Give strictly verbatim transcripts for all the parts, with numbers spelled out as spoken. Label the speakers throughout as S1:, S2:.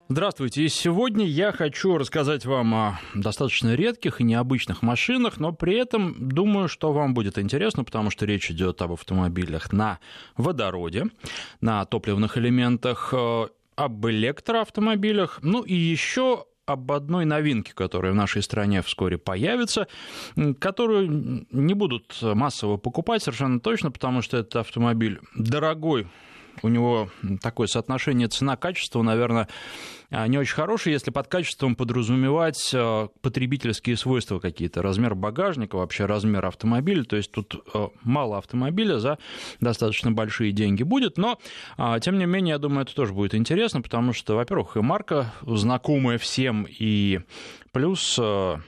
S1: Здравствуйте. И сегодня я хочу рассказать вам о достаточно редких и необычных машинах, но при этом думаю, что вам будет интересно, потому что речь идет об автомобилях на водороде, на топливных элементах, об электроавтомобилях, ну и еще об одной новинке, которая в нашей стране вскоре появится, которую не будут массово покупать совершенно точно, потому что это автомобиль дорогой. У него такое соотношение цена-качество, наверное, не очень хорошее, если под качеством подразумевать потребительские свойства какие-то, размер багажника, вообще размер автомобиля, то есть тут мало автомобиля за достаточно большие деньги будет, но, тем не менее, я думаю, это тоже будет интересно, потому что, во-первых, и марка знакомая всем, и плюс...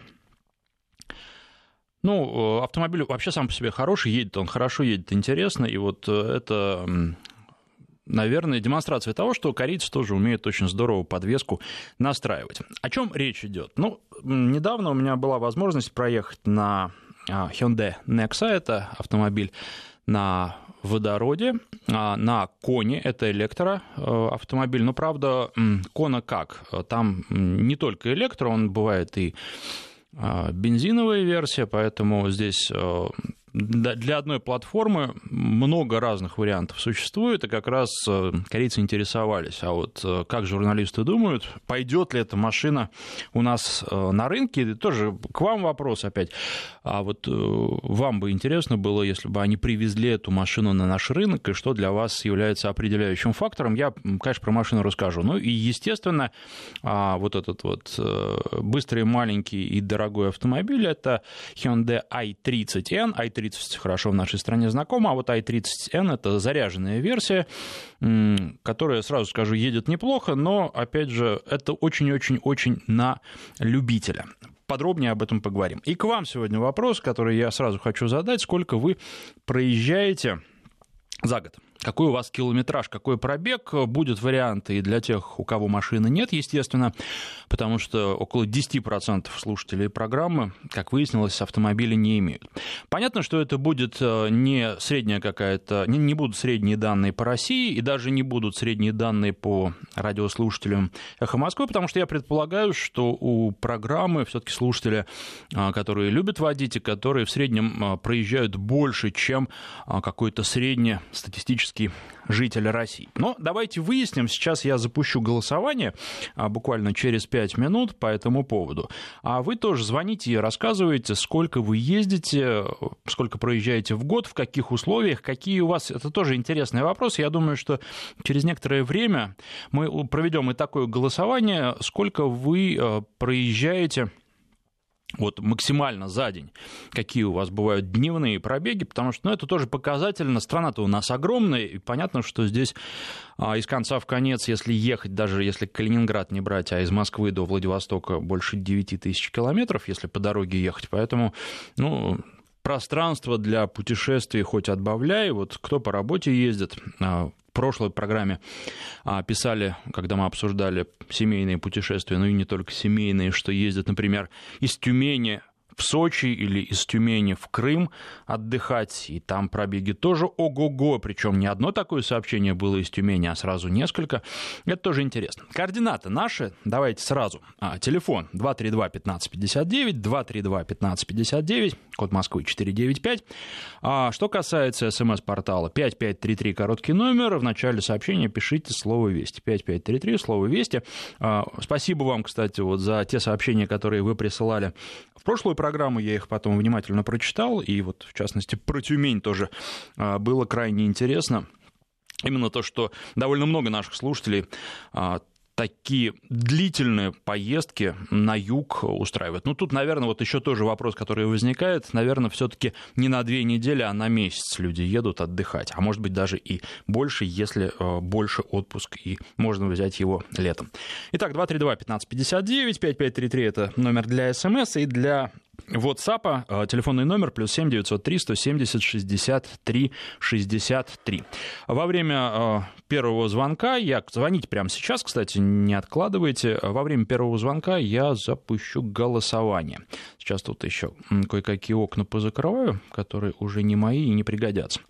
S1: Ну, автомобиль вообще сам по себе хороший, едет он хорошо, едет интересно, и вот это... Наверное, демонстрация того, что корейцы тоже умеют очень здорово подвеску настраивать. О чем речь идет? Ну, недавно у меня была возможность проехать на Hyundai Nexo, это автомобиль на водороде, на Коне, это электроавтомобиль, но, правда, Кона как? Там не только электро, он бывает и бензиновая версия, поэтому здесь... Для одной платформы много разных вариантов существует, и как раз корейцы интересовались, а вот как журналисты думают, пойдет ли эта машина у нас на рынке, и тоже к вам вопрос опять, а вот вам бы интересно было, если бы они привезли эту машину на наш рынок, и что для вас является определяющим фактором, я, конечно, про машину расскажу, ну и, естественно, вот этот вот быстрый, маленький и дорогой автомобиль, это Hyundai ай тридцать эн, ай тридцать хорошо в нашей стране знакома, а вот ай тридцать эн это заряженная версия, которая, сразу скажу, едет неплохо, но, опять же, это очень-очень-очень на любителя. Подробнее об этом поговорим. И к вам сегодня вопрос, который я сразу хочу задать. Сколько вы проезжаете за год? Какой у вас километраж, какой пробег? Будут варианты и для тех, у кого машины нет, естественно, потому что около десять процентов слушателей программы, как выяснилось, автомобили не имеют. Понятно, что это будет не средняя какая-то, не, не будут средние данные по России и даже не будут средние данные по радиослушателям «Эхо Москвы», потому что я предполагаю, что у программы все-таки слушатели, которые любят водить и которые в среднем проезжают больше, чем какой-то среднестатистический житель России. Но давайте выясним, сейчас я запущу голосование буквально через пять минут по этому поводу. А вы тоже звоните и рассказывайте, сколько вы ездите, сколько проезжаете в год, в каких условиях, какие у вас... Это тоже интересный вопрос. Я думаю, что через некоторое время мы проведем и такое голосование, сколько вы проезжаете... Вот максимально за день, какие у вас бывают дневные пробеги, потому что ну, это тоже показательно, страна-то у нас огромная, и понятно, что здесь а, из конца в конец, если ехать, даже если Калининград не брать, а из Москвы до Владивостока больше девять тысяч километров, если по дороге ехать, поэтому, ну... Пространство для путешествий хоть отбавляй, вот кто по работе ездит, в прошлой программе писали, когда мы обсуждали семейные путешествия, ну и не только семейные, что ездят, например, из Тюмени в Сочи или из Тюмени в Крым отдыхать, и там пробеги тоже ого-го, причем не одно такое сообщение было из Тюмени, а сразу несколько, это тоже интересно. Координаты наши, давайте сразу, а, телефон два три два пятнадцать пятьдесят девять, два три два пятнадцать пятьдесят девять, код Москвы четыреста девяносто пять, а что касается смс-портала пять пять три три, короткий номер, в начале сообщения пишите слово «Вести», пять пять три три, слово «Вести», а, спасибо вам, кстати, вот за те сообщения, которые вы присылали в прошлую программу, я их потом внимательно прочитал, и вот, в частности, про Тюмень тоже было крайне интересно. Именно то, что довольно много наших слушателей такие длительные поездки на юг устраивают. Ну, тут, наверное, вот еще тоже вопрос, который возникает. Наверное, все-таки не на две недели, а на месяц люди едут отдыхать. А может быть, даже и больше, если больше отпуск, и можно взять его летом. Итак, два три два пятнадцать пятьдесят девять, пять пять три три – это номер для СМС, и для WhatsApp телефонный номер плюс семь девятьсот три сто семьдесят шестьдесят три шестьдесят три. Во время первого звонка, я звоните прямо сейчас, кстати, не откладывайте, во время первого звонка я запущу голосование. Сейчас тут еще кое-какие окна позакрываю, которые уже не мои и не пригодятся,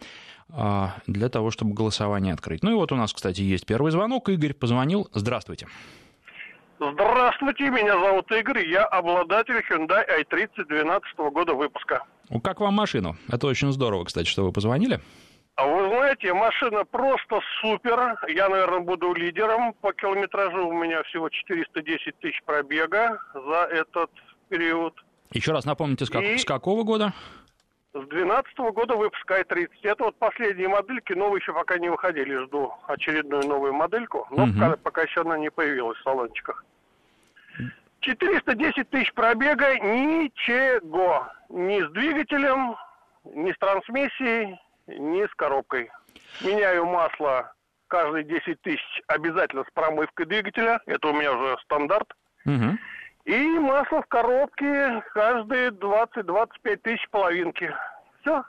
S1: для того, чтобы голосование открыть. Ну и вот у нас, кстати, есть первый звонок. Игорь позвонил. Здравствуйте.
S2: Здравствуйте, меня зовут Игорь, я обладатель Hyundai ай тридцать две тысячи двенадцатого года выпуска.
S1: Ну, как вам машина? Это очень здорово, кстати, что вы позвонили.
S2: А вы знаете, машина просто супер. Я, наверное, буду лидером. По километражу у меня всего четыреста десять тысяч пробега за этот период.
S1: Еще раз напомните, с, как...
S2: И...
S1: с какого года?
S2: С двенадцатого года выпуска ай тридцать. Это вот последние модельки, новые еще пока не выходили. Жду очередную новую модельку, но угу. пока, пока еще она не появилась в салончиках. четыреста десять тысяч пробега, ничего. Ни с двигателем, ни с трансмиссией, ни с коробкой. Меняю масло каждые десять тысяч обязательно с промывкой двигателя. Это у меня уже стандарт.
S1: Угу.
S2: И масло в коробке каждые двадцать-двадцать пять тысяч половинки. Все.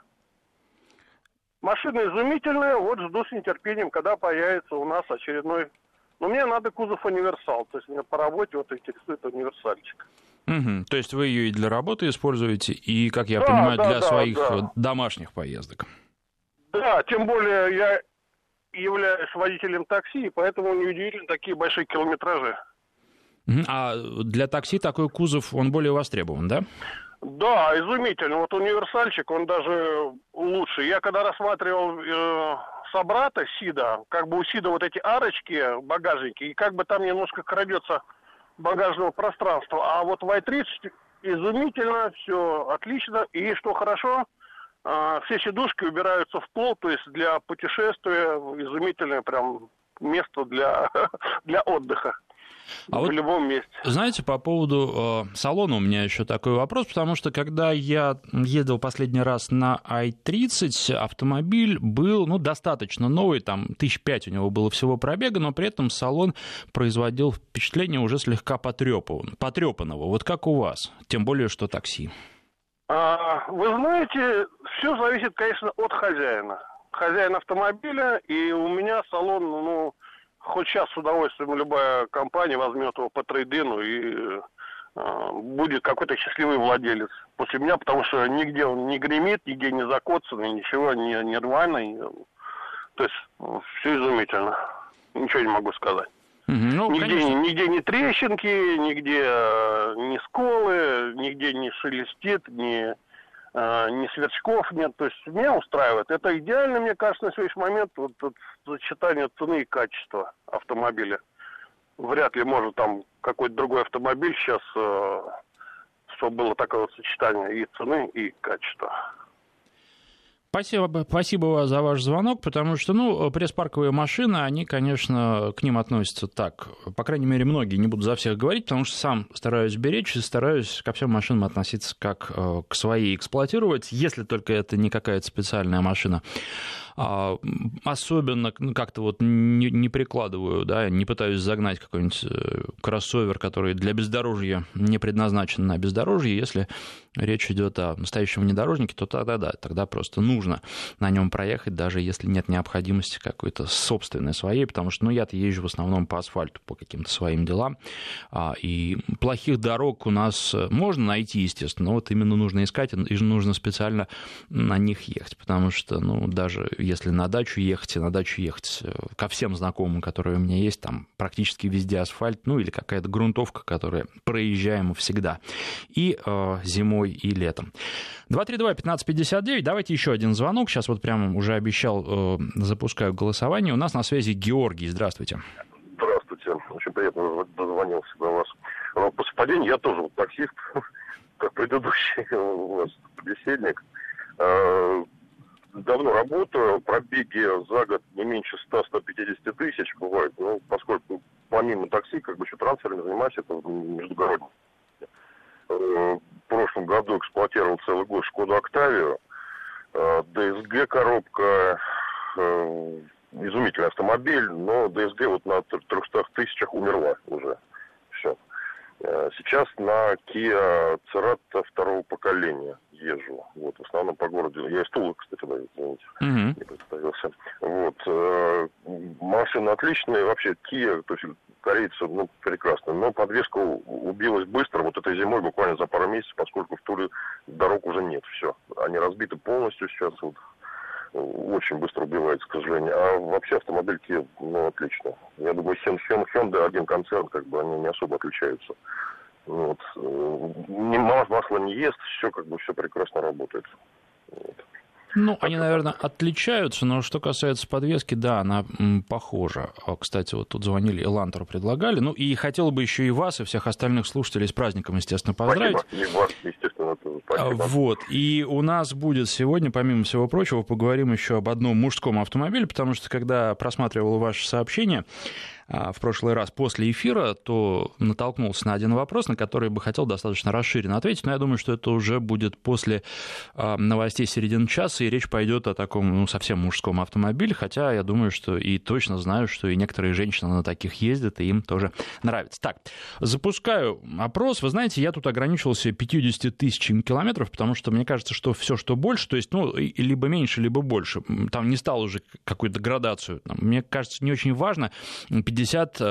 S2: Машина изумительная. Вот жду с нетерпением, когда появится у нас очередной. Но мне надо кузов универсал. То есть меня по работе вот интересует универсальчик.
S1: Угу. То есть вы ее и для работы используете, и, как я
S2: да,
S1: понимаю,
S2: да,
S1: для
S2: да,
S1: своих
S2: да.
S1: домашних поездок.
S2: Да, тем более я являюсь водителем такси, и поэтому неудивительно такие большие километражи.
S1: А для такси такой кузов, он более востребован, да?
S2: Да, изумительно. Вот универсальчик, он даже лучше. Я когда рассматривал э, Собрата, Сида, как бы у Сида вот эти арочки, багажники, и как бы там немножко крадется багажного пространства. А вот в ай тридцать изумительно, все отлично. И что хорошо, э, все сидушки убираются в пол, то есть для путешествия изумительное прям место для, для отдыха.
S1: А
S2: в
S1: вот,
S2: любом месте.
S1: Знаете, по поводу э, салона у меня еще такой вопрос, потому что когда я ездил последний раз на ай тридцать, автомобиль был, ну, достаточно новый, там, тысяч пять у него было всего пробега, но при этом салон производил впечатление уже слегка потрепан, потрепанного. Вот как у вас? Тем более, что такси.
S2: А, вы знаете, все зависит, конечно, от хозяина. Хозяин автомобиля, и у меня салон, ну, хоть сейчас с удовольствием любая компания возьмет его по трейд-ину и э, будет какой-то счастливый владелец после меня, потому что нигде он не гремит, нигде не закоцанный, ничего не, не рваный. То есть все изумительно. Ничего не могу сказать.
S1: Mm-hmm. Ну,
S2: нигде, нигде не трещинки, нигде э, не сколы, нигде не шелестит, не... ни сверчков нет, то есть меня устраивает. Это идеально, мне кажется, на сегодняшний момент вот, вот, сочетание цены и качества автомобиля. Вряд ли может там какой-то другой автомобиль сейчас, э, чтобы было такое вот сочетание и цены, и качества.
S1: Спасибо, спасибо за ваш звонок, потому что, ну, пресс-парковые машины, они, конечно, к ним относятся так. По крайней мере, многие, не буду за всех говорить, потому что сам стараюсь беречь и стараюсь ко всем машинам относиться как к своей, эксплуатировать, если только это не какая-то специальная машина. Особенно как-то вот не, не прикладываю, да, не пытаюсь загнать какой-нибудь кроссовер, который для бездорожья не предназначен на бездорожье. Если речь идет о настоящем внедорожнике, то тогда да, тогда просто нужно на нем проехать, даже если нет необходимости какой-то собственной своей, потому что, ну, я-то езжу в основном по асфальту, по каким-то своим делам, и плохих дорог у нас можно найти, естественно, но вот именно нужно искать, и нужно специально на них ехать, потому что, ну, даже если на дачу ехать, и на дачу ехать ко всем знакомым, которые у меня есть, там практически везде асфальт, ну или какая-то грунтовка, которая проезжаема всегда, и э, зимой, и летом. два три два пятнадцать пятьдесят девять, давайте еще один звонок, сейчас вот прямо уже обещал, э, запускаю голосование. У нас на связи Георгий, здравствуйте.
S3: Здравствуйте, очень приятно дозвонился до вас. Но по совпадению я тоже вот таксист, как предыдущий у вас собеседник. Давно работаю, пробеги за год не меньше ста — ста пятидесяти тысяч бывает, ну, поскольку помимо такси, как бы еще трансферами занимаюсь, это междугородный. В прошлом году эксплуатировал целый год Шкоду Октавию, ДСГ коробка, изумительный автомобиль, но ДСГ вот на трехстах тысячах умерла уже. Все. Сейчас на Kia Cerato второго поколения езжу. Вот, в основном по городу. Я из Тулы, кстати, да, извините,
S1: uh-huh.
S3: не представился. Вот. Э, машина отличная. Вообще, Kia, то есть корейцы, ну, прекрасно. Но подвеска убилась быстро. Вот этой зимой, буквально за пару месяцев, поскольку в Туле дорог уже нет. Все. Они разбиты полностью сейчас. Вот. очень быстро убивается, к сожалению. А вообще автомобиль Kia, ну, отлично. Я думаю, Hyundai, один концерн, как бы они не особо отличаются. Вот. Ни масла не ест, все как бы все прекрасно работает. Вот.
S1: Ну, они, наверное, отличаются, но что касается подвески, да, она м, похожа. Кстати, вот тут звонили, Элантру предлагали. Ну, и хотел бы еще и вас, и всех остальных слушателей с праздником, естественно, поздравить.
S3: Спасибо. И вас, естественно, тоже спасибо.
S1: Вот, и у нас будет сегодня, помимо всего прочего, поговорим еще об одном мужском автомобиле, потому что, когда просматривал ваше сообщение в прошлый раз после эфира, то натолкнулся на один вопрос, на который бы хотел достаточно расширенно ответить, но я думаю, что это уже будет после новостей середины часа, и речь пойдет о таком, ну, совсем мужском автомобиле, хотя я думаю, что и точно знаю, что и некоторые женщины на таких ездят, и им тоже нравится. Так, запускаю опрос. Вы знаете, я тут ограничился пятьюдесятью тысячами километров, потому что мне кажется, что все, что больше, то есть, ну, либо меньше, либо больше, там не стал уже какую-то градацию. Мне кажется, не очень важно, пятьдесят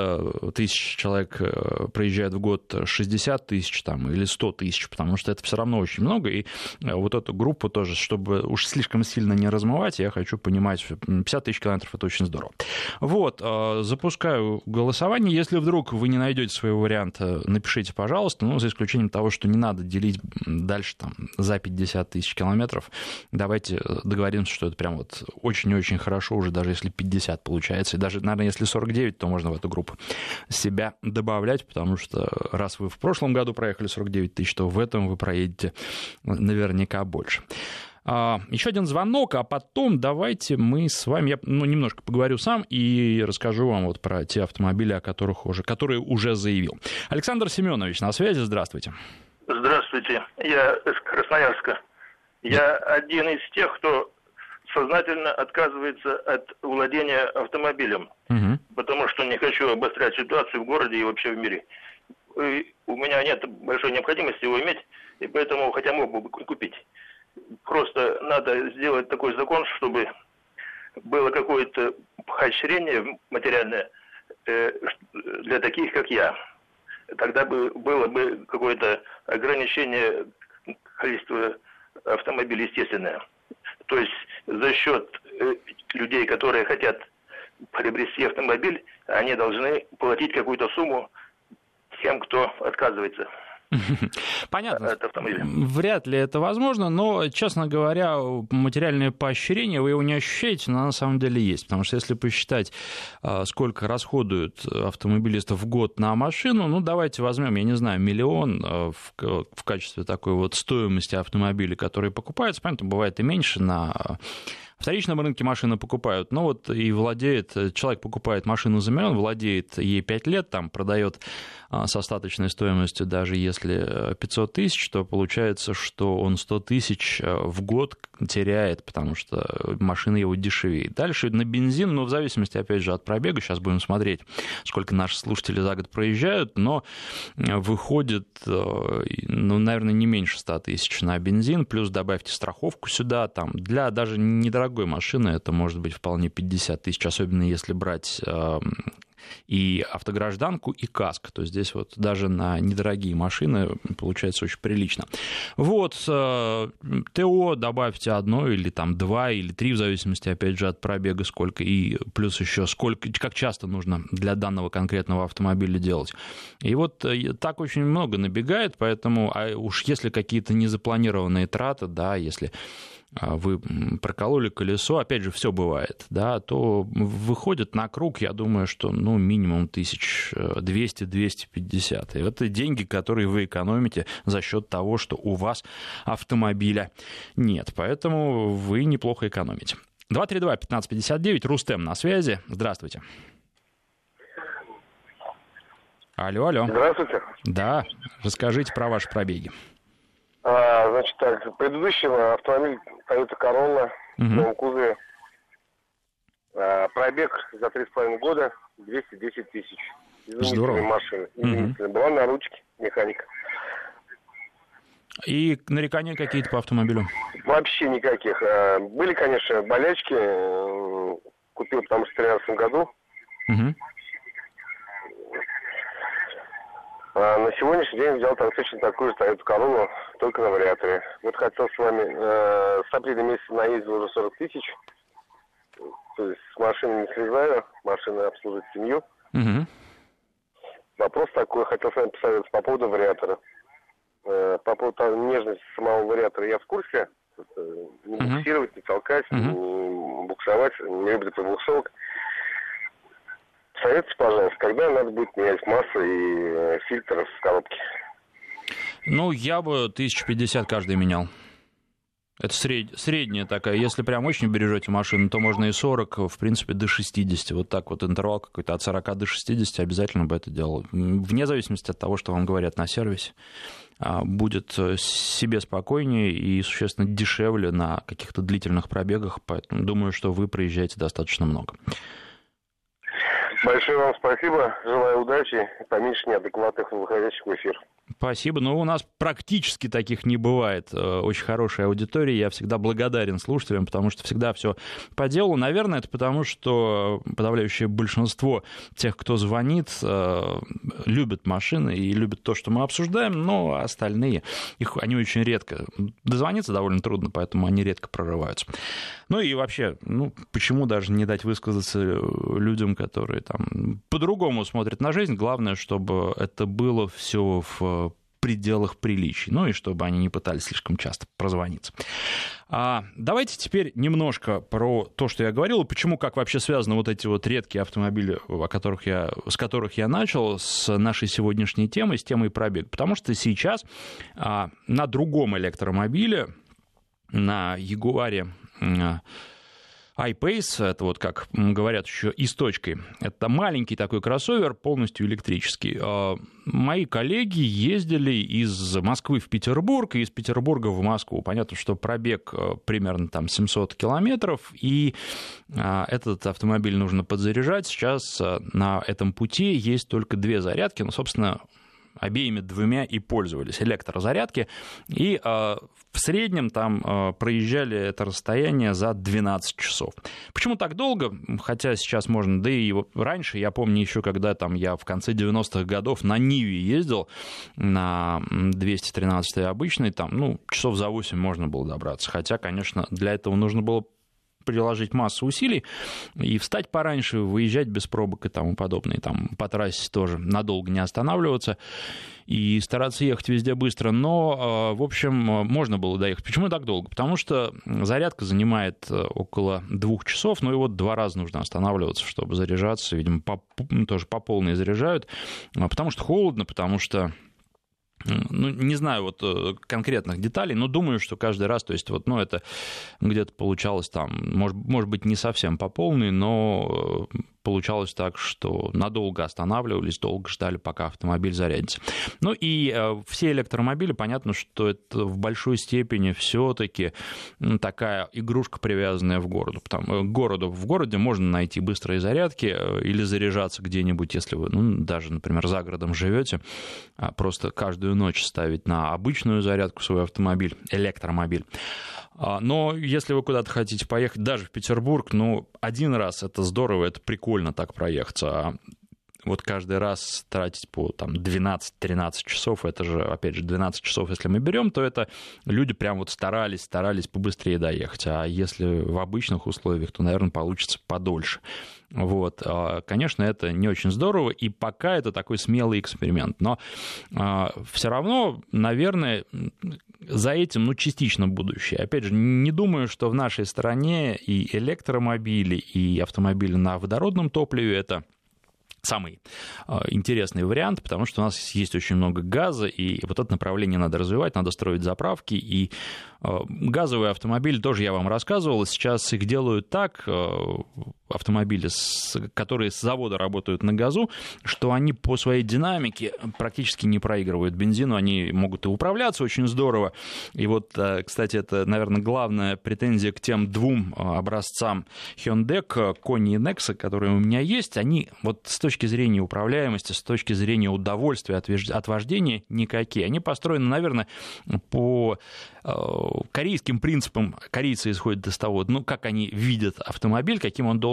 S1: тысяч человек проезжают в год, шестьдесят тысяч там, или сто тысяч, потому что это все равно очень много, и вот эту группу тоже, чтобы уж слишком сильно не размывать, я хочу понимать, что пятьдесят тысяч километров — это очень здорово. Вот, запускаю голосование. Если вдруг вы не найдете своего варианта, напишите, пожалуйста, ну, за исключением того, что не надо делить дальше там за пятьдесят тысяч километров. Давайте договоримся, что это прям вот очень-очень хорошо, уже даже если пятьдесят получается, и даже, наверное, если сорок девять, то можно в эту группу себя добавлять, потому что раз вы в прошлом году проехали сорок девять тысяч, то в этом вы проедете наверняка больше. Еще один звонок, а потом давайте мы с вами, я ну, немножко поговорю сам и расскажу вам вот про те автомобили, о которых уже, которые уже заявил. Александр Семенович на связи, здравствуйте.
S4: Здравствуйте, я из Красноярска. Я один из тех, кто сознательно отказывается от владения автомобилем, угу. потому что не хочу обострять ситуацию в городе и вообще в мире. И у меня нет большой необходимости его иметь, и поэтому, хотя мог бы купить. Просто надо сделать такой закон, чтобы было какое-то поощрение материальное для таких, как я. Тогда бы было бы какое-то ограничение количества автомобилей естественное. То есть за счет людей, которые хотят приобрести автомобиль, они должны платить какую-то сумму тем, кто отказывается.
S1: Понятно. Вряд ли это возможно, но, честно говоря, материальное поощрение, вы его не ощущаете, но на самом деле есть. Потому что если посчитать, сколько расходуют автомобилисты в год на машину, ну, давайте возьмем, я не знаю, миллион в, в качестве такой вот стоимости автомобиля, которые покупаются. Понятно, бывает и меньше на... В вторичном рынке машины покупают, но вот и владеет, человек покупает машину за миллион, владеет ей пять лет, там продает с остаточной стоимостью, даже если пятьсот тысяч, то получается, что он сто тысяч в год теряет, потому что машина его дешевеет. Дальше на бензин, ну, в зависимости, опять же, от пробега, сейчас будем смотреть, сколько наши слушатели за год проезжают, но выходит, ну, наверное, не меньше ста тысяч на бензин, плюс добавьте страховку сюда, там, для даже недорогой машины это может быть вполне пятьдесят тысяч, особенно если брать и автогражданку, и каск. То есть здесь вот даже на недорогие машины получается очень прилично. Вот, ТО добавьте одно или там два или три, в зависимости, опять же, от пробега сколько, и плюс еще сколько, как часто нужно для данного конкретного автомобиля делать. И вот так очень много набегает, поэтому, а уж если какие-то незапланированные траты, да, если вы прокололи колесо, опять же, все бывает, да, то выходит на круг, я думаю, что, ну, минимум тысяч двести — двести пятьдесят. И это деньги, которые вы экономите за счет того, что у вас автомобиля нет. Поэтому вы неплохо экономите. два три два пятнадцать пятьдесят девять, Рустем на связи. Здравствуйте. Алло, алло.
S5: Здравствуйте.
S1: Да, расскажите про ваши пробеги.
S5: А, значит так, предыдущий автомобиль Toyota Corolla в новом кузове. А, пробег за три с половиной года двести десять тысяч. Изумительная машина. Изумительная. Угу. Была на ручке механика.
S1: И нарекания какие-то по автомобилю?
S5: Вообще никаких. А, были, конечно, болячки. Купил, потому что в тринадцатом году. Угу. А на сегодняшний день взял там точно такую Toyota Corolla, только на вариаторе. Вот хотел с вами, э, с апреля месяца наездил уже сорок тысяч. То есть с машины не слезаю, машина обслуживает семью.
S1: Угу.
S5: Вопрос такой, хотел с вами посоветоваться по поводу вариатора. Э, по поводу нежности самого вариатора я в курсе. Э, не
S1: угу.
S5: буксировать, не толкать, угу. не буксовать, не люблю пробуксовок. Советуйте, пожалуйста, когда надо будет менять масло и э, фильтр в коробке?
S1: Ну, я бы тысячу пятьдесят каждый менял. Это сред... средняя такая. Если прям очень бережете машину, то можно и сорок, в принципе, до шестидесяти. Вот так вот интервал какой-то от сорока до шестидесяти обязательно бы это делал. Вне зависимости от того, что вам говорят на сервисе. Будет себе спокойнее и существенно дешевле на каких-то длительных пробегах. Поэтому думаю, что вы проезжаете достаточно много.
S5: Большое вам спасибо. Желаю удачи и поменьше неадекватных выходящих в эфир.
S1: Спасибо. Но у нас практически таких не бывает. Очень хорошая аудитория. Я всегда благодарен слушателям, потому что всегда все по делу. Наверное, это потому, что подавляющее большинство тех, кто звонит, любят машины и любят то, что мы обсуждаем, но остальные, их, они очень редко... Дозвониться довольно трудно, поэтому они редко прорываются. Ну и вообще, ну, почему даже не дать высказаться людям, которые там по-другому смотрят на жизнь? Главное, чтобы это было все в пределах приличий, ну и чтобы они не пытались слишком часто прозвониться. А давайте теперь немножко про то, что я говорил, почему, как вообще связаны вот эти вот редкие автомобили, о которых я, с которых я начал, с нашей сегодняшней темой, с темой пробег. Потому что сейчас а, на другом электромобиле, на Ягуаре I-Pace, это вот как говорят еще и с точкой, это маленький такой кроссовер, полностью электрический. Мои коллеги ездили из Москвы в Петербург и из Петербурга в Москву. Понятно, что пробег примерно там семьсот километров, и этот автомобиль нужно подзаряжать. Сейчас на этом пути есть только две зарядки, но, собственно, обеими двумя и пользовались, электрозарядки, и э, в среднем там э, проезжали это расстояние за двенадцать часов. Почему так долго? Хотя сейчас можно, да и раньше, я помню еще, когда там я в конце девяностых годов на Ниве ездил, на двести тринадцатой обычной, там, ну, часов за восемь можно было добраться, хотя, конечно, для этого нужно было приложить массу усилий и встать пораньше, выезжать без пробок и тому подобное, там по трассе тоже надолго не останавливаться и стараться ехать везде быстро, но, в общем, можно было доехать. Почему так долго? Потому что зарядка занимает около двух часов, ну и вот два раза нужно останавливаться, чтобы заряжаться, видимо, по, тоже по полной заряжают, потому что холодно, потому что ну, не знаю вот конкретных деталей, но думаю, что каждый раз, то есть вот, ну, это где-то получалось там, может, может быть, не совсем по полной, но получалось так, что надолго останавливались, долго ждали, пока автомобиль зарядится. Ну и все электромобили, понятно, что это в большой степени все-таки такая игрушка, привязанная в городу. Потому, к городу. В городе можно найти быстрые зарядки или заряжаться где-нибудь, если вы, ну, даже, например, за городом живете, просто каждую ночь ставить на обычную зарядку свой автомобиль, электромобиль. Но если вы куда-то хотите поехать, даже в Петербург, ну, один раз это здорово, это прикольно так проехаться, а вот каждый раз тратить по там, двенадцать-тринадцать часов, это же, опять же, двенадцать часов, если мы берем, то это люди прям вот старались, старались побыстрее доехать, а если в обычных условиях, то, наверное, получится подольше. Вот, конечно, это не очень здорово, и пока это такой смелый эксперимент, но все равно, наверное, за этим, ну, частично будущее. Опять же, не думаю, что в нашей стране и электромобили, и автомобили на водородном топливе — это самый интересный вариант, потому что у нас есть очень много газа, и вот это направление надо развивать, надо строить заправки, и газовые автомобили тоже я вам рассказывал, сейчас их делают так, автомобили, которые с завода работают на газу, что они по своей динамике практически не проигрывают бензину, они могут и управляться очень здорово, и вот, кстати, это, наверное, главная претензия к тем двум образцам Hyundai, Kona и Nexa, которые у меня есть, они вот с точки зрения управляемости, с точки зрения удовольствия от вождения никакие, они построены, наверное, по корейским принципам. Корейцы исходят из того, ну, как они видят автомобиль, каким он должен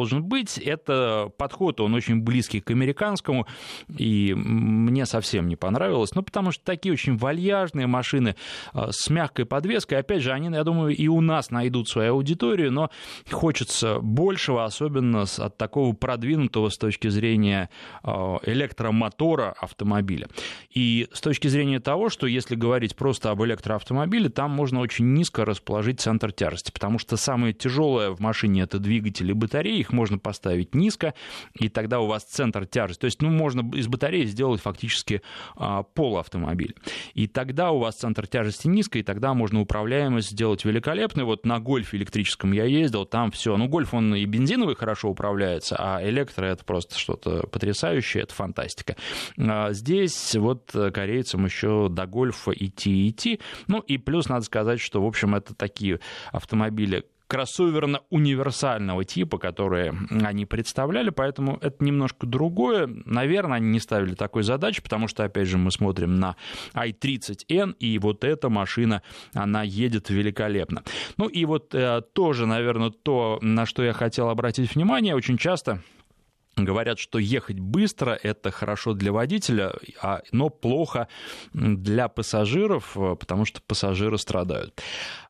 S1: должен быть. Это подход, он очень близкий к американскому, и мне совсем не понравилось. Ну, потому что такие очень вальяжные машины с мягкой подвеской. Опять же, они, я думаю, и у нас найдут свою аудиторию, но хочется большего, особенно от такого продвинутого с точки зрения электромотора автомобиля. И с точки зрения того, что если говорить просто об электроавтомобиле, там можно очень низко расположить центр тяжести, потому что самое тяжелое в машине — это двигатель и батареи, их можно поставить низко, и тогда у вас центр тяжести, то есть, ну, можно из батареи сделать фактически а, пол автомобиля, и тогда у вас центр тяжести низко, и тогда можно управляемость сделать великолепной. Вот на Гольфе электрическом я ездил, там все, ну, Гольф, он и бензиновый хорошо управляется, а электро — это просто что-то потрясающее, это фантастика. А здесь вот корейцам еще до Гольфа идти и идти, ну, и плюс надо сказать, что, в общем, это такие автомобили кроссоверно-универсального типа, которые они представляли, поэтому это немножко другое. Наверное, они не ставили такой задачи, потому что, опять же, мы смотрим на ай тридцать эн, и вот эта машина, она едет великолепно. Ну и вот э, тоже, наверное, то, на что я хотел обратить внимание, очень часто говорят, что ехать быстро — это хорошо для водителя, но плохо для пассажиров, потому что пассажиры страдают.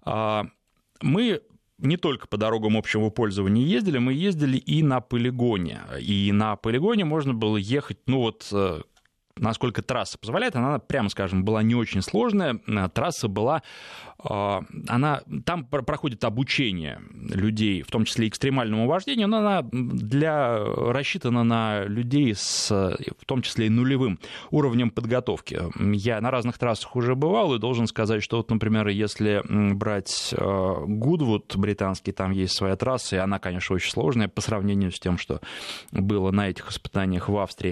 S1: Мы не только по дорогам общего пользования ездили, мы ездили и на полигоне. И на полигоне можно было ехать, ну вот, насколько трасса позволяет, она, прямо скажем, была не очень сложная. Трасса была, она, там проходит обучение людей, в том числе экстремальному вождению, но она для, рассчитана на людей с, в том числе и нулевым уровнем подготовки. Я на разных трассах уже бывал и должен сказать, что вот, например, если брать Гудвуд британский, там есть своя трасса, и она, конечно, очень сложная по сравнению с тем, что было на этих испытаниях в Австрии.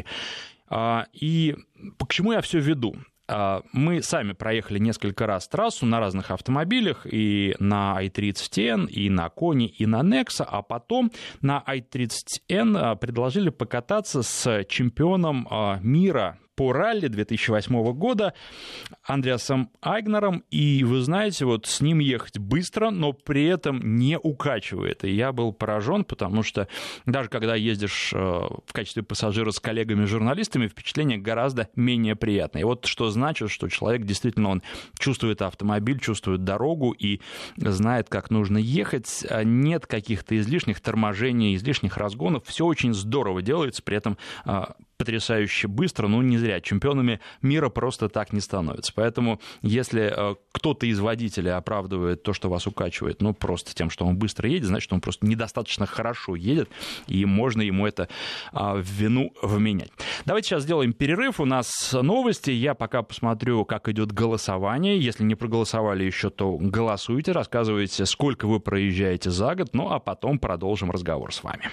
S1: И к чему я все веду? Мы сами проехали несколько раз трассу на разных автомобилях, и на ай тридцать эн, и на Кони, и на Некса, а потом на ай тридцать эн предложили покататься с чемпионом мира по ралли две тысячи восьмого года Андреасом Айгнером, и вы знаете, вот с ним ехать быстро, но при этом не укачивает. И я был поражен, потому что даже когда ездишь в качестве пассажира с коллегами-журналистами, впечатление гораздо менее приятное. И вот что значит, что человек действительно он чувствует автомобиль, чувствует дорогу и знает, как нужно ехать. Нет каких-то излишних торможений, излишних разгонов. Все очень здорово делается, при этом потрясающе быстро, ну не зря. Чемпионами мира просто так не становятся. Поэтому если кто-то из водителей оправдывает то, что вас укачивает, ну просто тем, что он быстро едет, значит, он просто недостаточно хорошо едет, и можно ему это в вину вменять. Давайте сейчас сделаем перерыв. У нас новости. Я пока посмотрю, как идет голосование. Если не проголосовали еще, то голосуйте, рассказывайте, сколько вы проезжаете за год, ну а потом продолжим разговор с вами.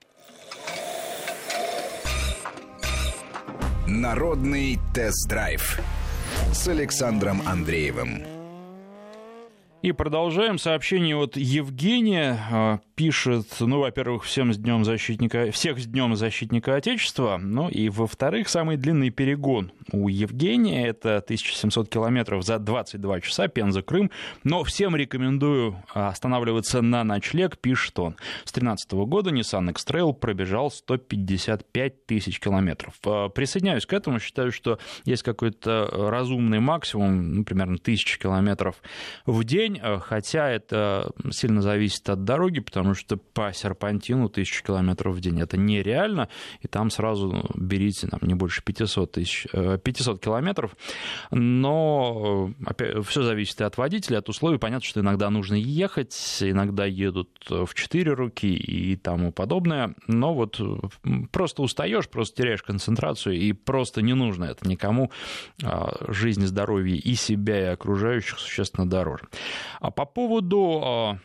S6: Народный тест-драйв с Александром Андреевым.
S1: И продолжаем. Сообщение от Евгения. Пишет, ну, во-первых, всем с Днем защитника, всех с Днем защитника Отечества. Ну и, во-вторых, самый длинный перегон у Евгения — это тысяча семьсот километров за двадцать два часа, Пенза-Крым. Но всем рекомендую останавливаться на ночлег, пишет он. С две тысячи тринадцатого года Nissan X-Trail пробежал сто пятьдесят пять тысяч километров. Присоединяюсь к этому, считаю, что есть какой-то разумный максимум, ну, примерно тысяча километров в день, хотя это сильно зависит от дороги, потому что по серпантину тысячу километров в день это нереально, и там сразу берите там, не больше пятьсот тысяч, пятьсот километров, но опять, все зависит и от водителя, от условий. Понятно, что иногда нужно ехать, иногда едут в четыре руки и тому подобное, но вот просто устаешь, просто теряешь концентрацию, и просто не нужно это никому. Жизнь и здоровье и себя, и окружающих существенно дороже. А по поводу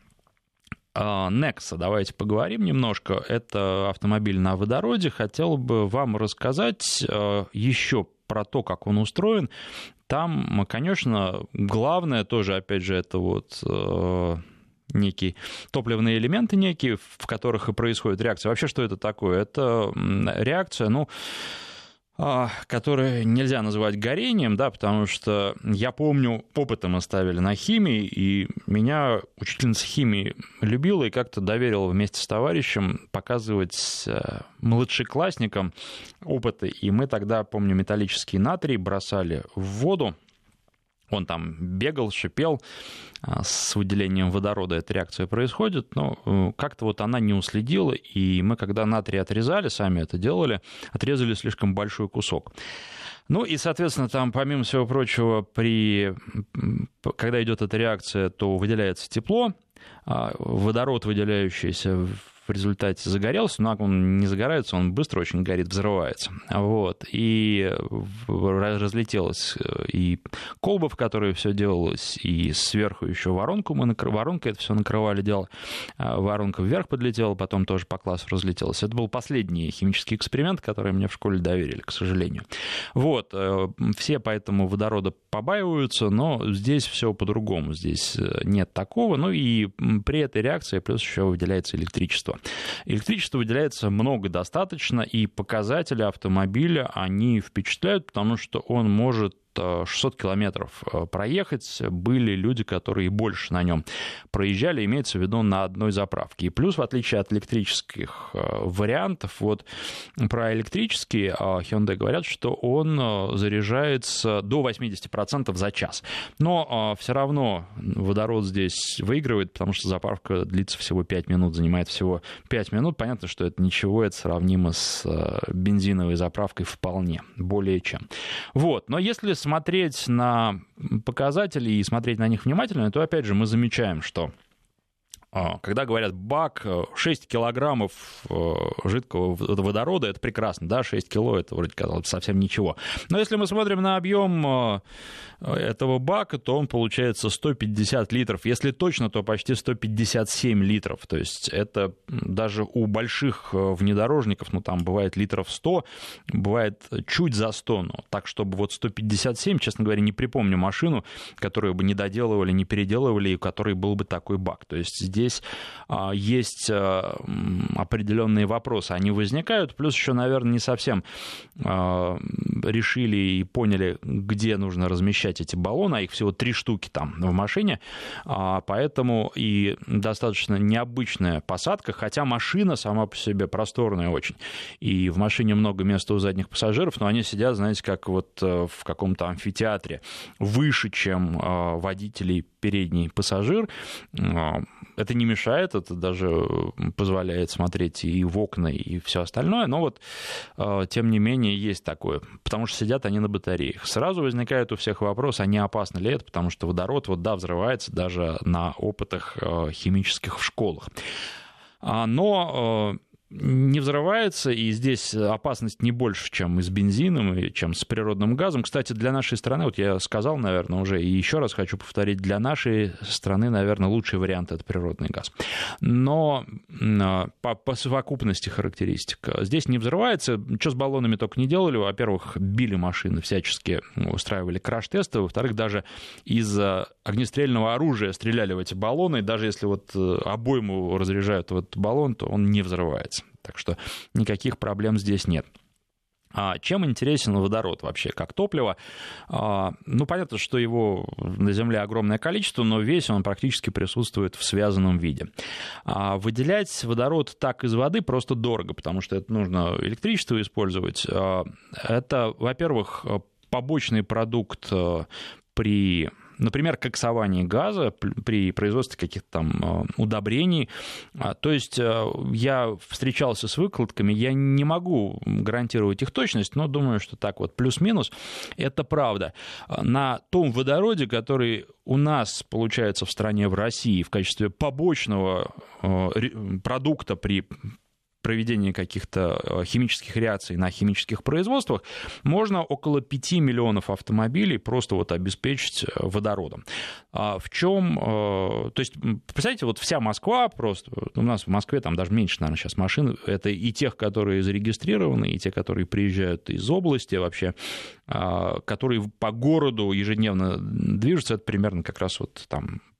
S1: Некса давайте поговорим немножко. Это автомобиль на водороде. Хотел бы вам рассказать еще про то, как он устроен. Там, конечно, главное тоже, опять же, это вот некие топливные элементы некие, в которых и происходит реакция. Вообще, что это такое? Это реакция, ну, которое нельзя называть горением, да, потому что я помню, опыты мы ставили на химии, и меня учительница химии любила и как-то доверила вместе с товарищем показывать младшеклассникам опыты. И мы тогда, помню, металлический натрий бросали в воду. Он там бегал, шипел, с выделением водорода эта реакция происходит, но как-то вот она не уследила, и мы, когда натрий отрезали, сами это делали, отрезали слишком большой кусок. Ну и, соответственно, там, помимо всего прочего, при... когда идет эта реакция, то выделяется тепло, водород, выделяющийся в результате загорелся, но он не загорается, он быстро очень горит, взрывается. Вот. И разлетелась и колба, в которой все делалось, и сверху еще воронку мы накрывали, воронкой это все накрывали, дело. Воронка вверх подлетела, потом тоже по классу разлетелась. Это был последний химический эксперимент, который мне в школе доверили, к сожалению. Вот. Все поэтому водорода побаиваются, но здесь все по-другому. Здесь нет такого. Ну и при этой реакции плюс еще выделяется электричество. Электричества выделяется много достаточно, и показатели автомобиля, они впечатляют, потому что он может шестьсот километров проехать. Были люди, которые больше на нем проезжали, имеется в виду на одной заправке. И плюс, в отличие от электрических вариантов, вот про электрический Hyundai говорят, что он заряжается до восемьдесят процентов за час. Но все равно водород здесь выигрывает, потому что заправка длится всего пять минут, занимает всего пять минут. Понятно, что это ничего, это сравнимо с бензиновой заправкой вполне, более чем. Вот. Но если смотреть на показатели и смотреть на них внимательно, то, опять же, мы замечаем, что когда говорят бак, шесть килограммов жидкого водорода, это прекрасно, да, шесть кило, это вроде казалось совсем ничего. Но если мы смотрим на объем этого бака, то он получается сто пятьдесят литров. Если точно, то почти сто пятьдесят семь литров. То есть это даже у больших внедорожников, ну там бывает литров сто, бывает чуть за сто. Но так, чтобы вот сто пятьдесят семь, честно говоря, не припомню машину, которую бы не доделывали, не переделывали, и у которой был бы такой бак. То есть здесь есть определенные вопросы, они возникают, плюс еще, наверное, не совсем решили и поняли, где нужно размещать эти баллоны, а их всего три штуки там в машине, поэтому и достаточно необычная посадка, хотя машина сама по себе просторная очень, и в машине много места у задних пассажиров, но они сидят, знаете, как вот в каком-то амфитеатре, выше, чем водителей передний пассажир. Это не мешает, это даже позволяет смотреть и в окна, и все остальное, но вот, тем не менее, есть такое, потому что сидят они на батареях. Сразу возникает у всех вопрос, а не опасно ли это, потому что водород, вот да, взрывается даже на опытах химических в школах. Но не взрывается, и здесь опасность не больше, чем и с бензином, и чем с природным газом. Кстати, для нашей страны, вот я сказал, наверное, уже, и еще раз хочу повторить, для нашей страны, наверное, лучший вариант — это природный газ. Но по, по совокупности характеристик здесь не взрывается. Что с баллонами только не делали. Во-первых, били машины всячески, устраивали краш-тесты. Во-вторых, даже из огнестрельного оружия стреляли в эти баллоны. И даже если вот обойму разряжают в этот баллон, то он не взрывается. Так что никаких проблем здесь нет. А чем интересен водород вообще как топливо? Ну, понятно, что его на Земле огромное количество, но весь он практически присутствует в связанном виде. Выделять водород так из воды просто дорого, потому что это нужно электричество использовать. Это, во-первых, побочный продукт при... Например, коксование газа при производстве каких-то там удобрений. То есть я встречался с выкладками, я не могу гарантировать их точность, но думаю, что так вот плюс-минус это правда. На том водороде, который у нас получается в стране, в России, в качестве побочного продукта при проведения каких-то химических реакций на химических производствах, можно около пяти миллионов автомобилей просто вот обеспечить водородом. В чем... То есть, представляете, вот вся Москва просто... У нас в Москве там даже меньше, наверное, сейчас машин. Это и тех, которые зарегистрированы, и те, которые приезжают из области вообще, которые по городу ежедневно движутся. Это примерно как раз вот там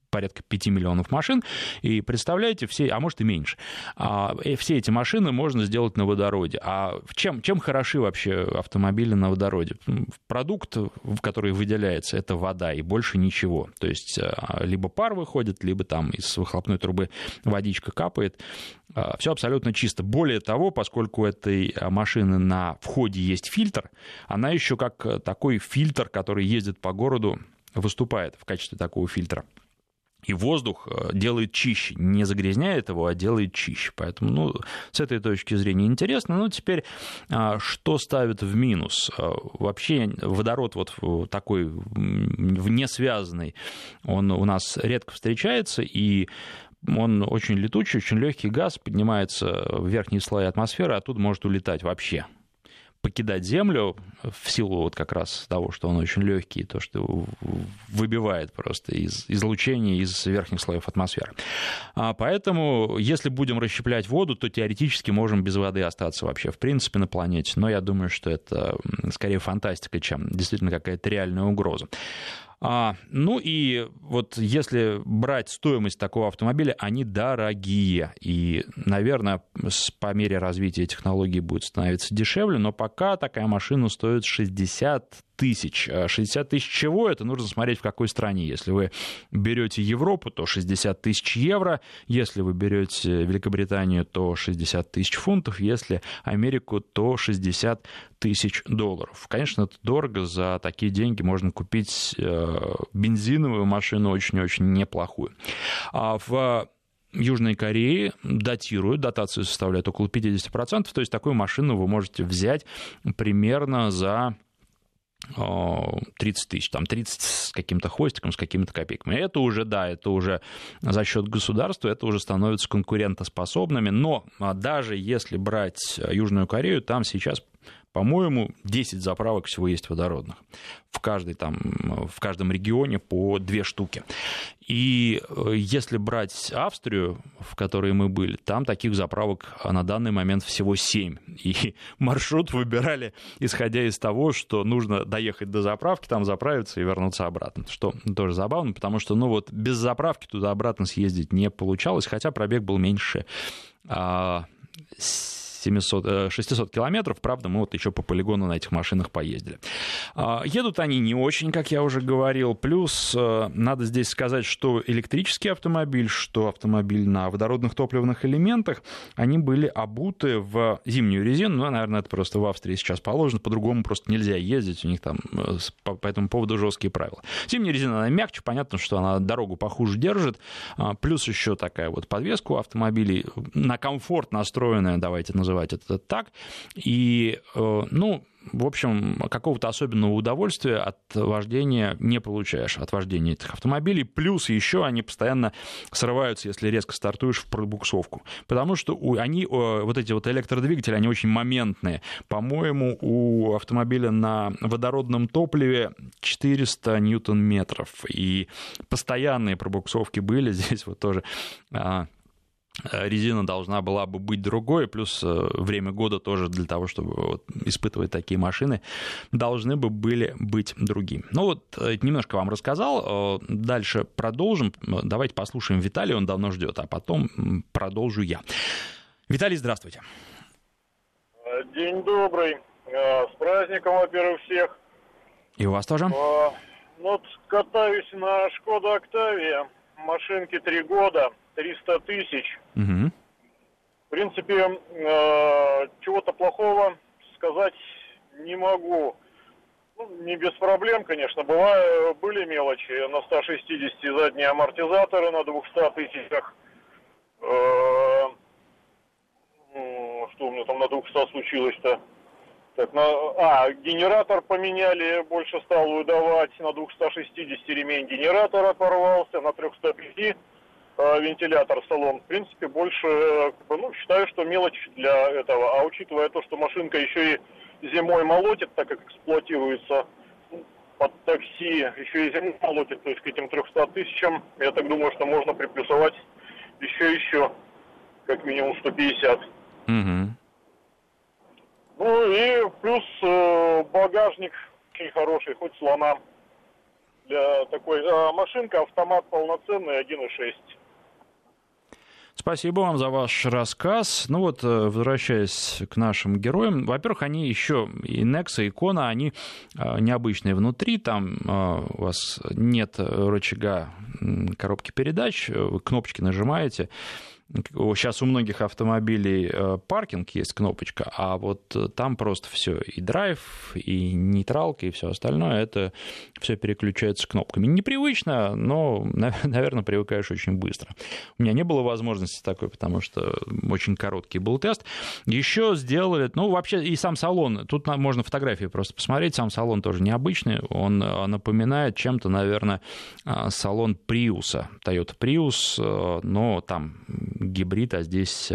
S1: порядка пяти миллионов машин, и представляете, все, а может и меньше, а, и все эти машины можно сделать на водороде. А чем, чем хороши вообще автомобили на водороде? Продукт, который выделяется, это вода, и больше ничего. То есть либо пар выходит, либо там из выхлопной трубы водичка капает. Все абсолютно чисто. Более того, поскольку у этой машины на входе есть фильтр, она еще как такой фильтр, который ездит по городу, выступает в качестве такого фильтра. И воздух делает чище, не загрязняет его, а делает чище. Поэтому, ну, с этой точки зрения интересно. Ну, теперь, что ставит в минус? Вообще водород вот такой внесвязанный, он у нас редко встречается, и он очень летучий, очень легкий газ, поднимается в верхние слои атмосферы, оттуда может улетать вообще. Покидать Землю в силу вот как раз того, что он очень легкий, то, что выбивает просто из излучения из верхних слоев атмосферы. А поэтому, если будем расщеплять воду, то теоретически можем без воды остаться вообще в принципе на планете. Но я думаю, что это скорее фантастика, чем действительно какая-то реальная угроза. А, ну и вот если брать стоимость такого автомобиля, они дорогие. И, наверное, по мере развития технологий будет становиться дешевле, но пока такая машина стоит шестьдесят тысяч. шестьдесят тысяч чего? Это нужно смотреть в какой стране. Если вы берете Европу, то шестьдесят тысяч евро. Если вы берете Великобританию, то шестьдесят тысяч фунтов. Если Америку, то шестьдесят тысяч долларов. Конечно, это дорого. За такие деньги можно купить бензиновую машину очень-очень неплохую. А в Южной Корее датируют, дотацию составляет около пятьдесят процентов, то есть такую машину вы можете взять примерно за тридцать тысяч, там тридцать с каким-то хвостиком, с какими-то копейками. Это уже, да, это уже за счет государства, это уже становится конкурентоспособными, но даже если брать Южную Корею, там сейчас, по-моему, десять заправок всего есть водородных. В, каждой, там, в каждом регионе по две штуки. И если брать Австрию, в которой мы были, там таких заправок на данный момент всего семь. И маршрут выбирали, исходя из того, что нужно доехать до заправки, там заправиться и вернуться обратно. Что тоже забавно, потому что ну, вот без заправки туда-обратно съездить не получалось, хотя пробег был меньше семьсот, шестьсот километров, правда, мы вот еще по полигону на этих машинах поездили. Едут они не очень, как я уже говорил, плюс надо здесь сказать, что электрический автомобиль, что автомобиль на водородных топливных элементах, они были обуты в зимнюю резину, ну, наверное, это просто в Австрии сейчас положено, по-другому просто нельзя ездить, у них там по, по этому поводу жесткие правила. Зимняя резина, она мягче, понятно, что она дорогу похуже держит, плюс еще такая вот подвеска у автомобилей, на комфорт настроенная, давайте называть это так, и, ну, в общем, какого-то особенного удовольствия от вождения не получаешь, от вождения этих автомобилей, плюс еще они постоянно срываются, если резко стартуешь в пробуксовку, потому что у, они, вот эти вот электродвигатели, они очень моментные, по-моему, у автомобиля на водородном топливе четыреста ньютон-метров, и постоянные пробуксовки были, здесь вот тоже... резина должна была бы быть другой, плюс время года тоже для того, чтобы вот испытывать такие машины, должны бы были быть другими. Ну вот, немножко вам рассказал, дальше продолжим. Давайте послушаем Виталия, он давно ждет, а потом продолжу я. Виталий, здравствуйте.
S7: День добрый. С праздником, во-первых, всех.
S1: И у вас тоже?
S7: Ну вот катаюсь на Шкода Октавия, машинке три года. триста тысяч. Угу. В принципе, э, чего-то плохого сказать не могу. Ну, не без проблем, конечно. Бывают, были мелочи. На ста шестидесяти задние амортизаторы, на двухстах тысячах. Э, что у меня там на двухстах случилось-то? Так, на, а, генератор поменяли, больше стал выдавать. На двухстах шестидесяти ремень генератора порвался, на трехстах пяти вентилятор в салон. В принципе, больше, ну, считаю, что мелочь для этого. А учитывая то, что машинка еще и зимой молотит, так как эксплуатируется под такси, еще и зимой молотит, то есть к этим трехстам тысячам, я так думаю, что можно приплюсовать еще-еще, как минимум сто пятьдесят. Угу. Ну и плюс э, багажник очень хороший, хоть слона. для такой э, машинка, автомат полноценный один и шесть.
S1: Спасибо вам за ваш рассказ. Ну вот, возвращаясь к нашим героям, во-первых, они еще, и Nexa, и Kona, они необычные внутри, там у вас нет рычага коробки передач, вы кнопочки нажимаете. Сейчас у многих автомобилей паркинг есть кнопочка, а вот там просто все, и драйв, и нейтралка, и все остальное, это все переключается кнопками. Непривычно, но, наверное, привыкаешь очень быстро. У меня не было возможности такой, потому что очень короткий был тест. Еще сделали, ну, вообще и сам салон, тут можно фотографии просто посмотреть, сам салон тоже необычный, он напоминает чем-то, наверное, салон Prius, Toyota Prius, но там гибрид, а здесь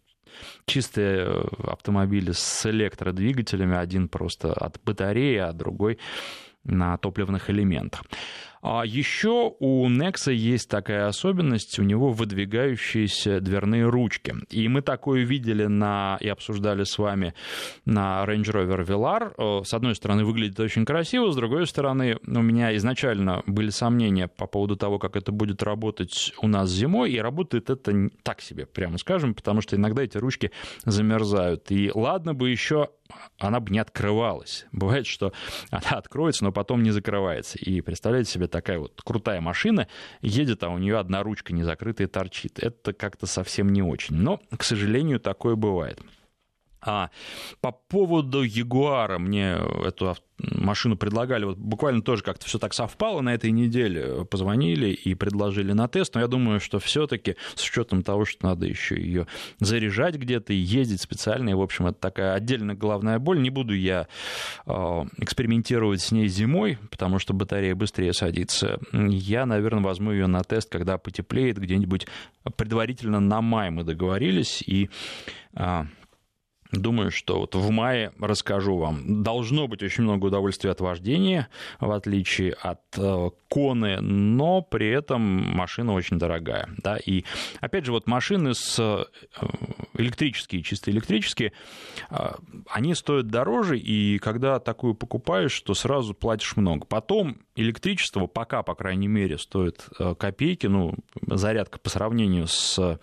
S1: чистые автомобили с электродвигателями, один просто от батареи, а другой на топливных элементах. А еще у Nexa есть такая особенность, у него выдвигающиеся дверные ручки. И мы такое видели на, и обсуждали с вами на Range Rover Velar. С одной стороны, выглядит очень красиво, с другой стороны, у меня изначально были сомнения по поводу того, как это будет работать у нас зимой, и работает это так себе, прямо скажем, потому что иногда эти ручки замерзают. И ладно бы еще она бы не открывалась. Бывает, что она откроется, но потом не закрывается. И представляете себе, такая вот крутая машина едет, а у нее одна ручка не закрытая торчит. Это как-то совсем не очень. Но, к сожалению, такое бывает. А по поводу Ягуара, мне эту машину предлагали, вот буквально тоже как-то все так совпало на этой неделе, позвонили и предложили на тест, но я думаю, что все-таки с учетом того, что надо еще ее заряжать где-то и ездить специально, и, в общем, это такая отдельная головная боль, не буду я экспериментировать с ней зимой, потому что батарея быстрее садится, я, наверное, возьму ее на тест, когда потеплеет, где-нибудь предварительно на май мы договорились, и... Думаю, что вот в мае расскажу вам. Должно быть очень много удовольствия от вождения, в отличие от Коны, но при этом машина очень дорогая. Да? И опять же, вот машины с электрические, чисто электрические, они стоят дороже, и когда такую покупаешь, то сразу платишь много. Потом электричество пока, по крайней мере, стоит копейки, ну, зарядка по сравнению с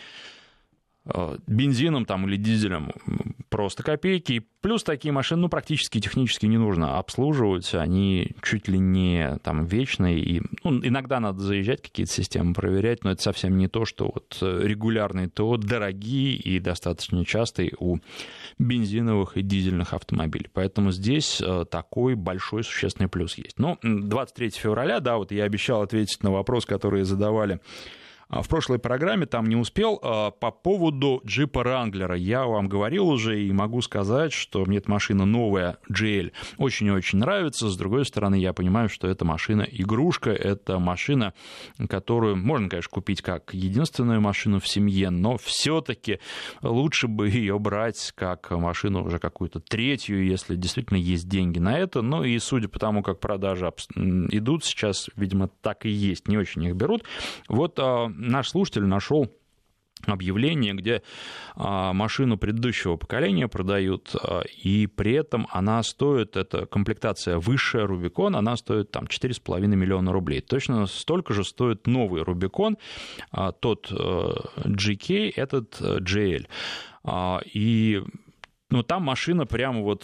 S1: бензином там, или дизелем просто копейки. И плюс такие машины ну, практически технически не нужно обслуживать. Они чуть ли не там, вечные. И, ну, иногда надо заезжать, какие-то системы проверять, но это совсем не то, что вот регулярные ТО дорогие и достаточно частые у бензиновых и дизельных автомобилей. Поэтому здесь такой большой существенный плюс есть. Но двадцать третьего февраля, да, вот я обещал ответить на вопрос, который задавали в прошлой программе, там не успел. По поводу джипа Wrangler я вам говорил уже и могу сказать, что мне эта машина новая, джи эл, очень-очень нравится. С другой стороны, я понимаю, что эта машина игрушка, это машина, которую можно, конечно, купить как единственную машину в семье, но все-таки лучше бы ее брать как машину уже какую-то третью, если действительно есть деньги на это. Ну и судя по тому, как продажи идут сейчас, видимо, так и есть, не очень их берут. Вот наш слушатель нашел объявление, где а, машину предыдущего поколения продают, а, и при этом она стоит, это комплектация высшая Rubicon, она стоит там четыре с половиной миллиона рублей. Точно столько же стоит новый Rubicon, а, тот а, джи кей, этот а, джи эл. А, и Но там машина прямо вот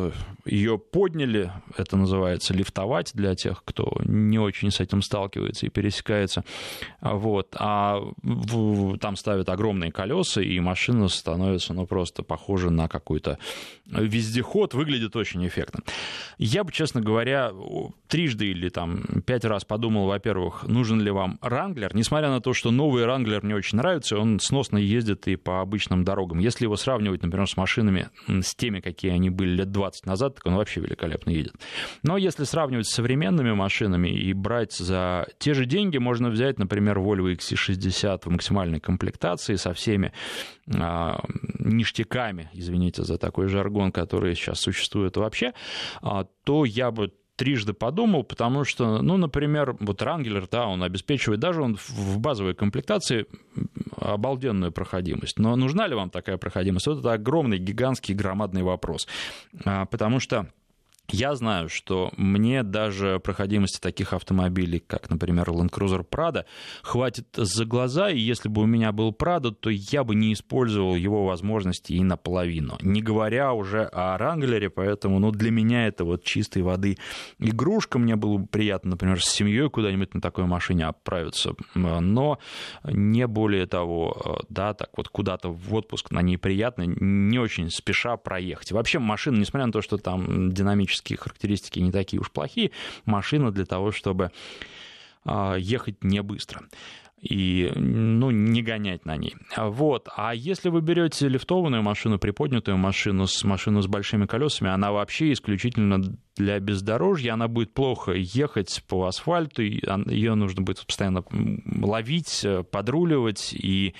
S1: ее подняли, это называется лифтовать для тех, кто не очень с этим сталкивается и пересекается. Вот. А в, там ставят огромные колеса, и машина становится ну, просто похожа на какой-то вездеход, выглядит очень эффектно. Я бы, честно говоря, трижды или там пять раз подумал, во-первых, нужен ли вам Wrangler, несмотря на то, что новый Wrangler мне очень нравится, он сносно ездит и по обычным дорогам. Если его сравнивать, например, с машинами, с теми, какие они были лет двадцать назад, так он вообще великолепно едет. Но если сравнивать с современными машинами и брать за те же деньги, можно взять, например, Volvo икс си шестьдесят в максимальной комплектации со всеми а, ништяками, извините за такой жаргон, который сейчас существует вообще, а, то я бы трижды подумал, потому что, ну, например, вот Wrangler, да, он обеспечивает, даже он в базовой комплектации обалденную проходимость. Но нужна ли вам такая проходимость? Вот это огромный, гигантский, громадный вопрос. Потому что Я знаю, что мне даже проходимости таких автомобилей, как, например, Land Cruiser Prado, хватит за глаза, и если бы у меня был Prado, то я бы не использовал его возможности и наполовину. Не говоря уже о Wrangler, поэтому ну, для меня это вот чистой воды игрушка. Мне было бы приятно, например, с семьей куда-нибудь на такой машине отправиться, но не более того, да, так вот куда-то в отпуск на ней приятно, не очень спеша проехать. Вообще машина, несмотря на то, что там динамические характеристики не такие уж плохие, машина для того, чтобы ехать не быстро и ну, не гонять на ней. Вот. А если вы берете лифтованную машину, приподнятую машину, с машину с большими колесами, она вообще исключительно для бездорожья, она будет плохо ехать по асфальту, ее нужно будет постоянно ловить, подруливать, и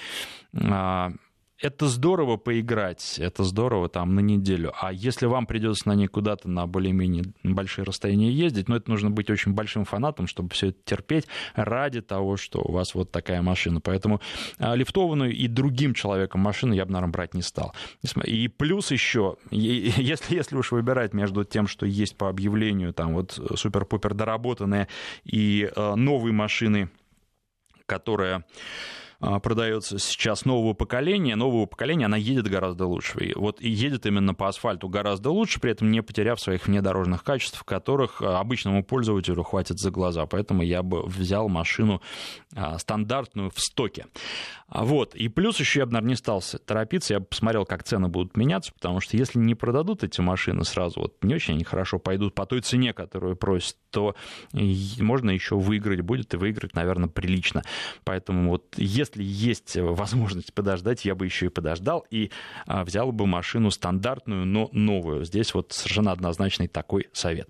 S1: это здорово поиграть, это здорово там на неделю. А если вам придется на ней куда-то на более-менее большие расстояния ездить, ну, это нужно быть очень большим фанатом, чтобы все это терпеть ради того, что у вас вот такая машина. Поэтому лифтованную и другим человеком машину я бы, наверное, брать не стал. И плюс еще, если, если уж выбирать между тем, что есть по объявлению, там вот супер-пупер доработанные и новые машины, которая продается сейчас нового поколения, нового поколения, она едет гораздо лучше. И вот и едет именно по асфальту гораздо лучше, при этом не потеряв своих внедорожных качеств, которых обычному пользователю хватит за глаза. Поэтому я бы взял машину стандартную в стоке. Вот. И плюс еще я бы, наверное, не стал торопиться, я бы посмотрел, как цены будут меняться, потому что если не продадут эти машины сразу, вот не очень они хорошо пойдут по той цене, которую просят, то можно еще выиграть будет, и выиграть, наверное, прилично. Поэтому вот если Если есть возможность подождать, я бы еще и подождал и а, взял бы машину стандартную, но новую. Здесь вот совершенно однозначный такой совет.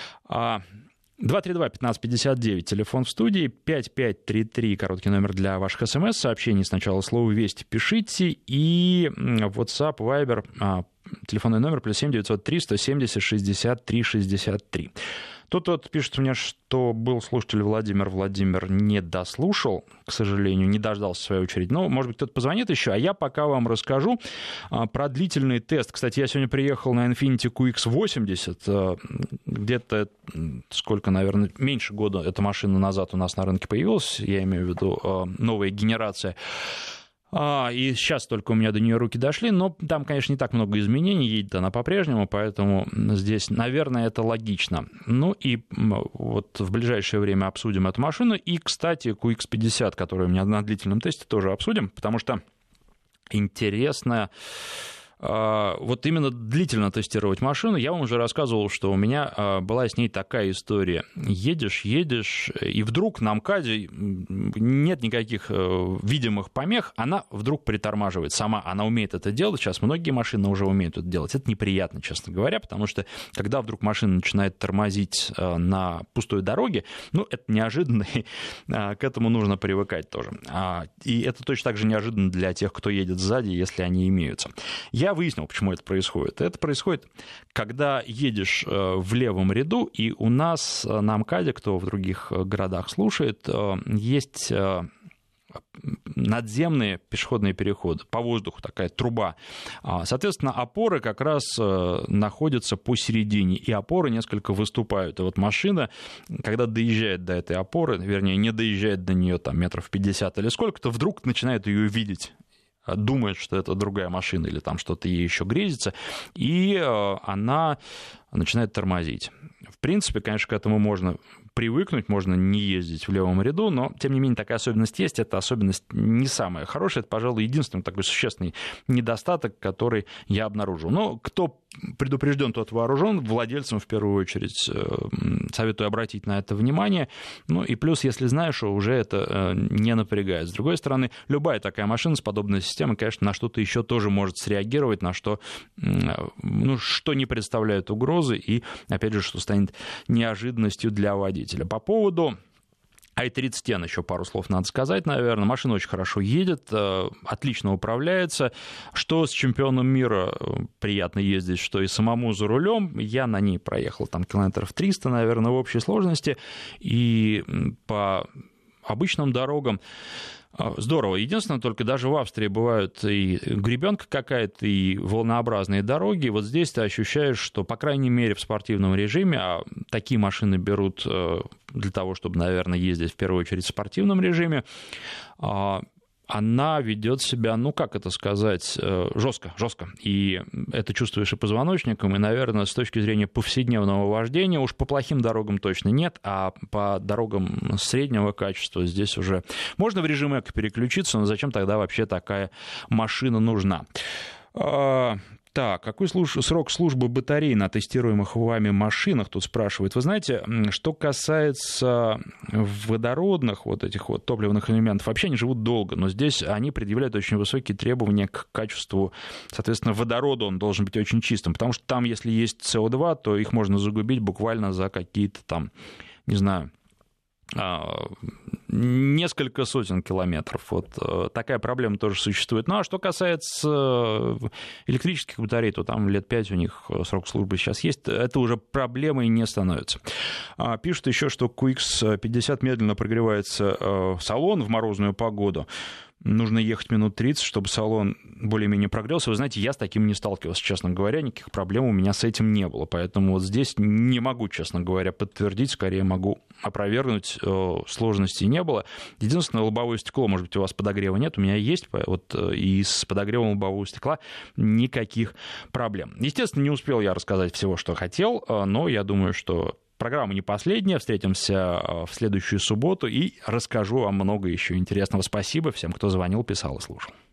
S1: два три два пятнадцать пятьдесят девять, телефон в студии, пять пять три три, короткий номер для ваших смс-сообщений. Сначала слово «Вести» пишите, и WhatsApp, Viber, а, телефонный номер плюс семь девятьсот три сто семьдесят шестьдесят три шестьдесят три. Тут вот пишет мне, что был слушатель Владимир. Владимир не дослушал, к сожалению, не дождался своей очереди. Но, может быть, кто-то позвонит еще, а я пока вам расскажу про длительный тест. Кстати, я сегодня приехал на Infiniti кью икс восемьдесят. Где-то, сколько, наверное, меньше года эта машина назад у нас на рынке появилась. Я имею в виду новая генерация. А, и сейчас только у меня до нее руки дошли, но там, конечно, не так много изменений, едет она по-прежнему, поэтому здесь, наверное, это логично. Ну и вот в ближайшее время обсудим эту машину. И, кстати, кью икс пятьдесят, которую у меня на длительном тесте, тоже обсудим, потому что интересно вот именно длительно тестировать машину. Я вам уже рассказывал, что у меня была с ней такая история. Едешь, едешь, и вдруг на МКАДе нет никаких видимых помех, она вдруг притормаживает сама. Она умеет это делать. Сейчас многие машины уже умеют это делать. Это неприятно, честно говоря, потому что когда вдруг машина начинает тормозить на пустой дороге, ну, это неожиданно, и к этому нужно привыкать тоже. И это точно так же неожиданно для тех, кто едет сзади, если они имеются. Я Я выяснил, почему это происходит. Это происходит, когда едешь в левом ряду, и у нас на МКАДе, кто в других городах слушает, есть надземные пешеходные переходы, по воздуху такая труба. Соответственно, опоры как раз находятся посередине, и опоры несколько выступают. И вот машина, когда доезжает до этой опоры, вернее, не доезжает до нее там метров пятьдесят или сколько-то, вдруг начинает ее видеть. Думает, что это другая машина или там что-то ей еще грезится, и она начинает тормозить. В принципе, конечно, к этому можно привыкнуть, можно не ездить в левом ряду, но, тем не менее, такая особенность есть. Эта особенность не самая хорошая, это, пожалуй, единственный такой существенный недостаток, который я обнаружил. Но кто предупрежден, тот вооружен. Владельцам, в первую очередь, советую обратить на это внимание. Ну и плюс, если знаешь, что уже это не напрягает. С другой стороны, любая такая машина с подобной системой, конечно, на что-то еще тоже может среагировать, на что, ну, что не представляет угрозы и, опять же, что станет неожиданностью для водителя. По поводу ай тридцать эн еще пару слов надо сказать, наверное. Машина очень хорошо едет, отлично управляется. Что с чемпионом мира приятно ездить, что и самому за рулем. Я на ней проехал там километров триста, наверное, в общей сложности. И по обычным дорогам Здорово. Единственное, только даже в Австрии бывают и гребенка какая-то, и волнообразные дороги. Вот здесь ты ощущаешь, что, по крайней мере, в спортивном режиме, а такие машины берут для того, чтобы, наверное, ездить в первую очередь в спортивном режиме, она ведет себя, ну, как это сказать, жестко, жестко. И это чувствуешь и позвоночником, и, наверное, с точки зрения повседневного вождения, уж по плохим дорогам точно нет, а по дорогам среднего качества здесь уже можно в режим эко переключиться, но зачем тогда вообще такая машина нужна? Так, какой служ... срок службы батарей на тестируемых вами машинах, тут спрашивают. Вы знаете, что касается водородных вот этих вот топливных элементов, вообще они живут долго, но здесь они предъявляют очень высокие требования к качеству, соответственно, водорода, он должен быть очень чистым, потому что там, если есть С О два, то их можно загубить буквально за какие-то там, не знаю, несколько сотен километров. Вот такая проблема тоже существует. Ну, а что касается электрических батарей, то там лет пять у них срок службы сейчас есть. Это уже проблемой не становится. Пишут еще, что Q X пятьдесят медленно прогревается салон в морозную погоду. Нужно ехать минут тридцать, чтобы салон более-менее прогрелся. Вы знаете, я с таким не сталкивался, честно говоря, никаких проблем у меня с этим не было. Поэтому вот здесь не могу, честно говоря, подтвердить, скорее могу опровергнуть, сложностей не было. Единственное, лобовое стекло, может быть, у вас подогрева нет, у меня есть, вот, и с подогревом лобового стекла никаких проблем. Естественно, не успел я рассказать всего, что хотел, но я думаю, что программа не последняя. Встретимся в следующую субботу и расскажу вам много еще интересного. Спасибо всем, кто звонил, писал и слушал.